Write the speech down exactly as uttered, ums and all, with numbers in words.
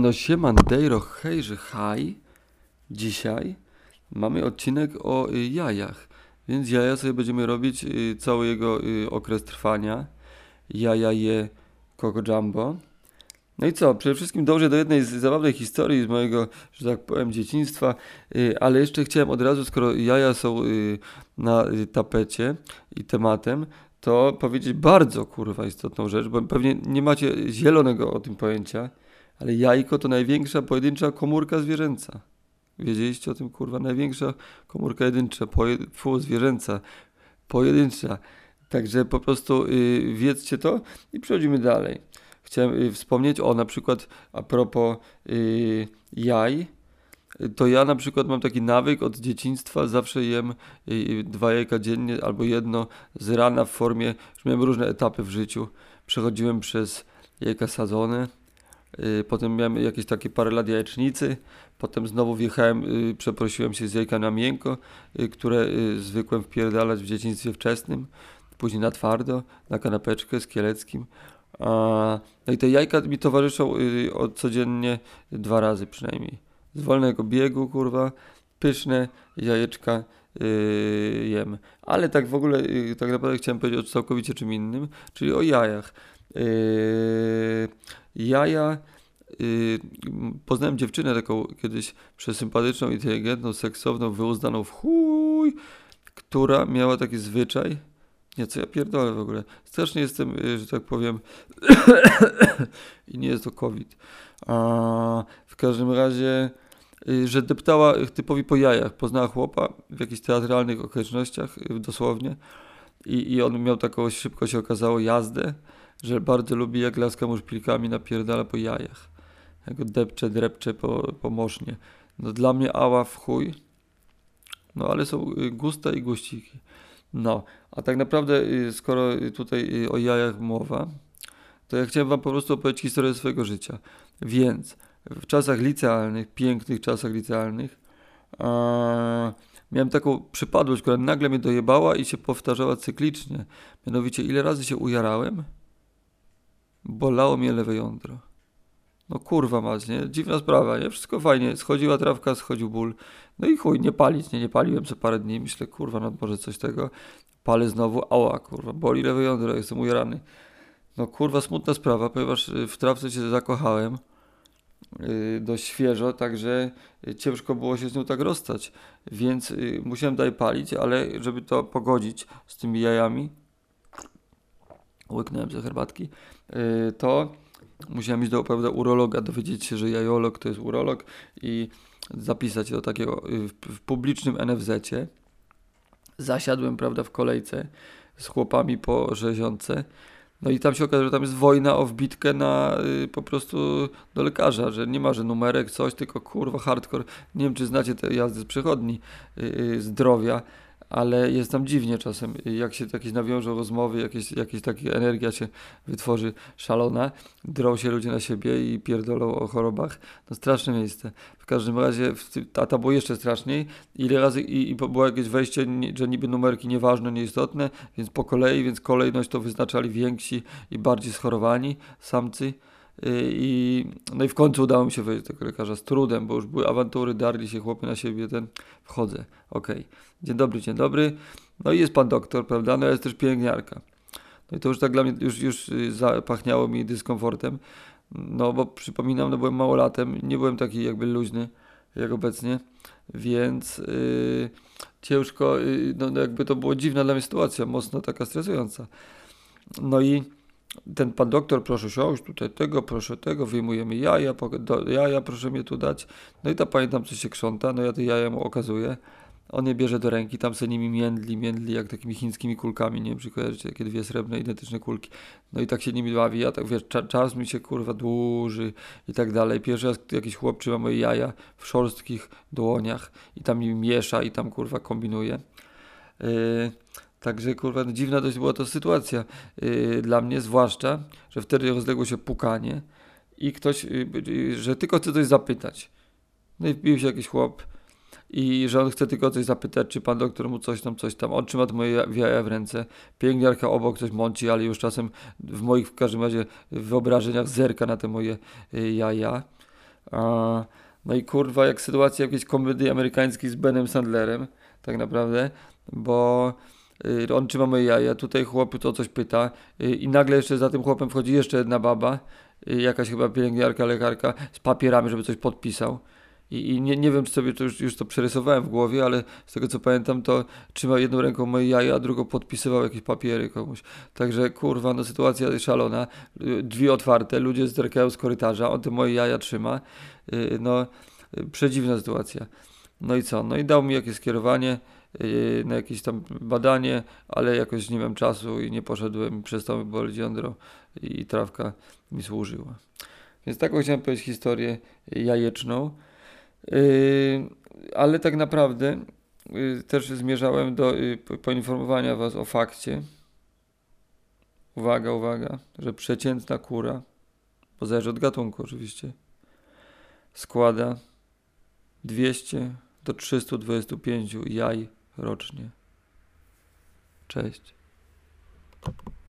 No siemandeiro, hejże, haj. Dzisiaj mamy odcinek o y, jajach, więc jaja sobie będziemy robić y, cały jego y, okres trwania. Jaja je Coco Jumbo. No i co, przede wszystkim dążę do jednej z zabawnej historii z mojego, że tak powiem, dzieciństwa, y, ale jeszcze chciałem od razu, skoro jaja są y, na y, tapecie i tematem, to powiedzieć bardzo kurwa istotną rzecz, bo pewnie nie macie zielonego o tym pojęcia, ale jajko to największa pojedyncza komórka zwierzęca. Wiedzieliście o tym, kurwa? Największa komórka jedyncza, poje- fu, zwierzęca, pojedyncza. Także po prostu y, wiedzcie to i przechodzimy dalej. Chciałem y, wspomnieć o na przykład a propos y, jaj. y, To ja na przykład mam taki nawyk od dzieciństwa, zawsze jem y, y, dwa jajka dziennie albo jedno z rana w formie, że miałem różne etapy w życiu. Przechodziłem przez jajka sadzone, y, potem miałem jakieś takie parę lat jajecznicy, potem znowu wjechałem, y, przeprosiłem się z jajka na miękko, y, które y, zwykłem wpierdalać w dzieciństwie wczesnym, później na twardo, na kanapeczkę z kieleckim. A, no i te jajka mi towarzyszą y, od codziennie dwa razy przynajmniej. Z wolnego biegu, kurwa, pyszne jajeczka y, jem. Ale tak w ogóle, y, tak naprawdę chciałem powiedzieć o całkowicie czym innym, czyli o jajach. Y, jaja, y, poznałem dziewczynę taką kiedyś przesympatyczną, inteligentną, seksowną, wyuzdaną w chuj, która miała taki zwyczaj. Nie, co ja pierdolę w ogóle. Strasznie jestem, y, że tak powiem, i nie jest to COVID. A, w każdym razie, y, że deptała typowi po jajach. Poznała chłopa w jakichś teatralnych okolicznościach, y, dosłownie. I, I on miał taką, szybko się okazało, jazdę, że bardzo lubi, jak laska mu szpilkami napierdala po jajach. Jak go depcze, drepcze po, po mosznie. No dla mnie ała w chuj. No ale są y, gusta i guściki. No, a tak naprawdę, y, skoro y, tutaj y, o jajach mowa, to ja chciałem wam po prostu opowiedzieć historię swojego życia. Więc w czasach licealnych, pięknych czasach licealnych, a, miałem taką przypadłość, która nagle mnie dojebała i się powtarzała cyklicznie. Mianowicie, ile razy się ujarałem? Bolało mnie lewe jądro. No kurwa mać, nie? Dziwna sprawa, nie? Wszystko fajnie. Schodziła trawka, schodził ból. No i chuj, nie palić, nie? Nie paliłem co parę dni. Myślę, kurwa, no może coś tego. Palę znowu, ała, kurwa, boli lewe jądro, jestem ujarany. No kurwa, smutna sprawa, ponieważ y, w trawce się zakochałem yy, dość świeżo, także y, ciężko było się z nią tak rozstać. Więc y, musiałem dalej palić, ale żeby to pogodzić z tymi jajami, łyknąłem ze herbatki, yy, to musiałem iść do, prawda, urologa, dowiedzieć się, że jajolog to jest urolog i zapisać do takiego y, w, w publicznym en ef zecie. Zasiadłem, prawda, w kolejce z chłopami po rzeziące. No i tam się okazało, że tam jest wojna o wbitkę na y, po prostu do lekarza, że nie ma, że numerek, coś, tylko kurwa hardcore. Nie wiem, czy znacie te jazdy z przychodni y, y, zdrowia, ale jest tam dziwnie czasem, jak się jakieś nawiążą rozmowy, jakieś, jakieś taka energia się wytworzy szalona, drą się ludzie na siebie i pierdolą o chorobach. No straszne miejsce. W każdym razie, w tym- a tam było jeszcze straszniej. Ile razy i, i było jakieś wejście, nie- że niby numerki nieważne, nieistotne, więc po kolei, więc kolejność to wyznaczali więksi i bardziej schorowani samcy. Y, I, no i w końcu udało mi się wejść do tego lekarza z trudem, bo już były awantury, darli się chłopy na siebie, ten, wchodzę, okej, dzień dobry, dzień dobry, no i jest pan doktor, prawda, no jest też pielęgniarka, no i to już tak dla mnie, już, już y, zapachniało mi dyskomfortem, no bo przypominam, no byłem małolatem, nie byłem taki jakby luźny, jak obecnie, więc y, ciężko, y, no no jakby to było dziwna dla mnie sytuacja, mocno taka stresująca, no i ten pan doktor, proszę siąść, tutaj tego, proszę tego, wyjmujemy jaja, poka- do, jaja proszę mnie tu dać. No i ta pani tam coś się krząta, no ja te jaja mu okazuję. On je bierze do ręki, tam se nimi międli, międli jak takimi chińskimi kulkami, nie wiem, czy kojarzycie, takie dwie srebrne, identyczne kulki. No i tak się nimi bawi, ja tak, wiesz, cza- czas mi się kurwa dłuży i tak dalej. Pierwszy raz jakiś chłop trzyma moje jaja w szorstkich dłoniach i tam nimi miesza i tam kurwa kombinuje. Yy, Także kurwa, no, dziwna dość była to sytuacja yy, dla mnie, zwłaszcza, że wtedy rozległo się pukanie i ktoś, yy, yy, że tylko chce coś zapytać. No i wbił się jakiś chłop i że on chce tylko coś zapytać, czy pan doktor mu coś tam, coś tam. On trzyma te moje ja- jaja w ręce, pielęgniarka obok coś mąci, ale już czasem w moich w każdym razie wyobrażeniach zerka na te moje yy, jaja. A, no i kurwa, jak sytuacja jakiejś komedii amerykańskiej z Benem Sandlerem, tak naprawdę, bo y, on trzyma moje jaja, tutaj chłop to o coś pyta y, i nagle jeszcze za tym chłopem wchodzi jeszcze jedna baba, y, jakaś chyba pielęgniarka, lekarka z papierami, żeby coś podpisał. I, i nie, nie wiem, czy sobie to już, już to przerysowałem w głowie, ale z tego co pamiętam, to trzymał jedną ręką moje jaja, a drugą podpisywał jakieś papiery komuś. Także kurwa, no sytuacja szalona. Y, Drzwi otwarte, ludzie zerkają z korytarza, on te moje jaja trzyma. Y, No, y, przedziwna sytuacja. No i co? No i dał mi jakieś skierowanie y, na jakieś tam badanie, ale jakoś nie miałem czasu i nie poszedłem, przestało mi boleć jądro i trawka mi służyła. Więc taką chciałem powiedzieć historię jajeczną. Yy, ale tak naprawdę yy, też zmierzałem do yy, po- poinformowania Was o fakcie. Uwaga, uwaga, że przeciętna kura, bo zależy od gatunku oczywiście, składa dwieście do trzystu dwudziestu pięciu jaj rocznie. Cześć.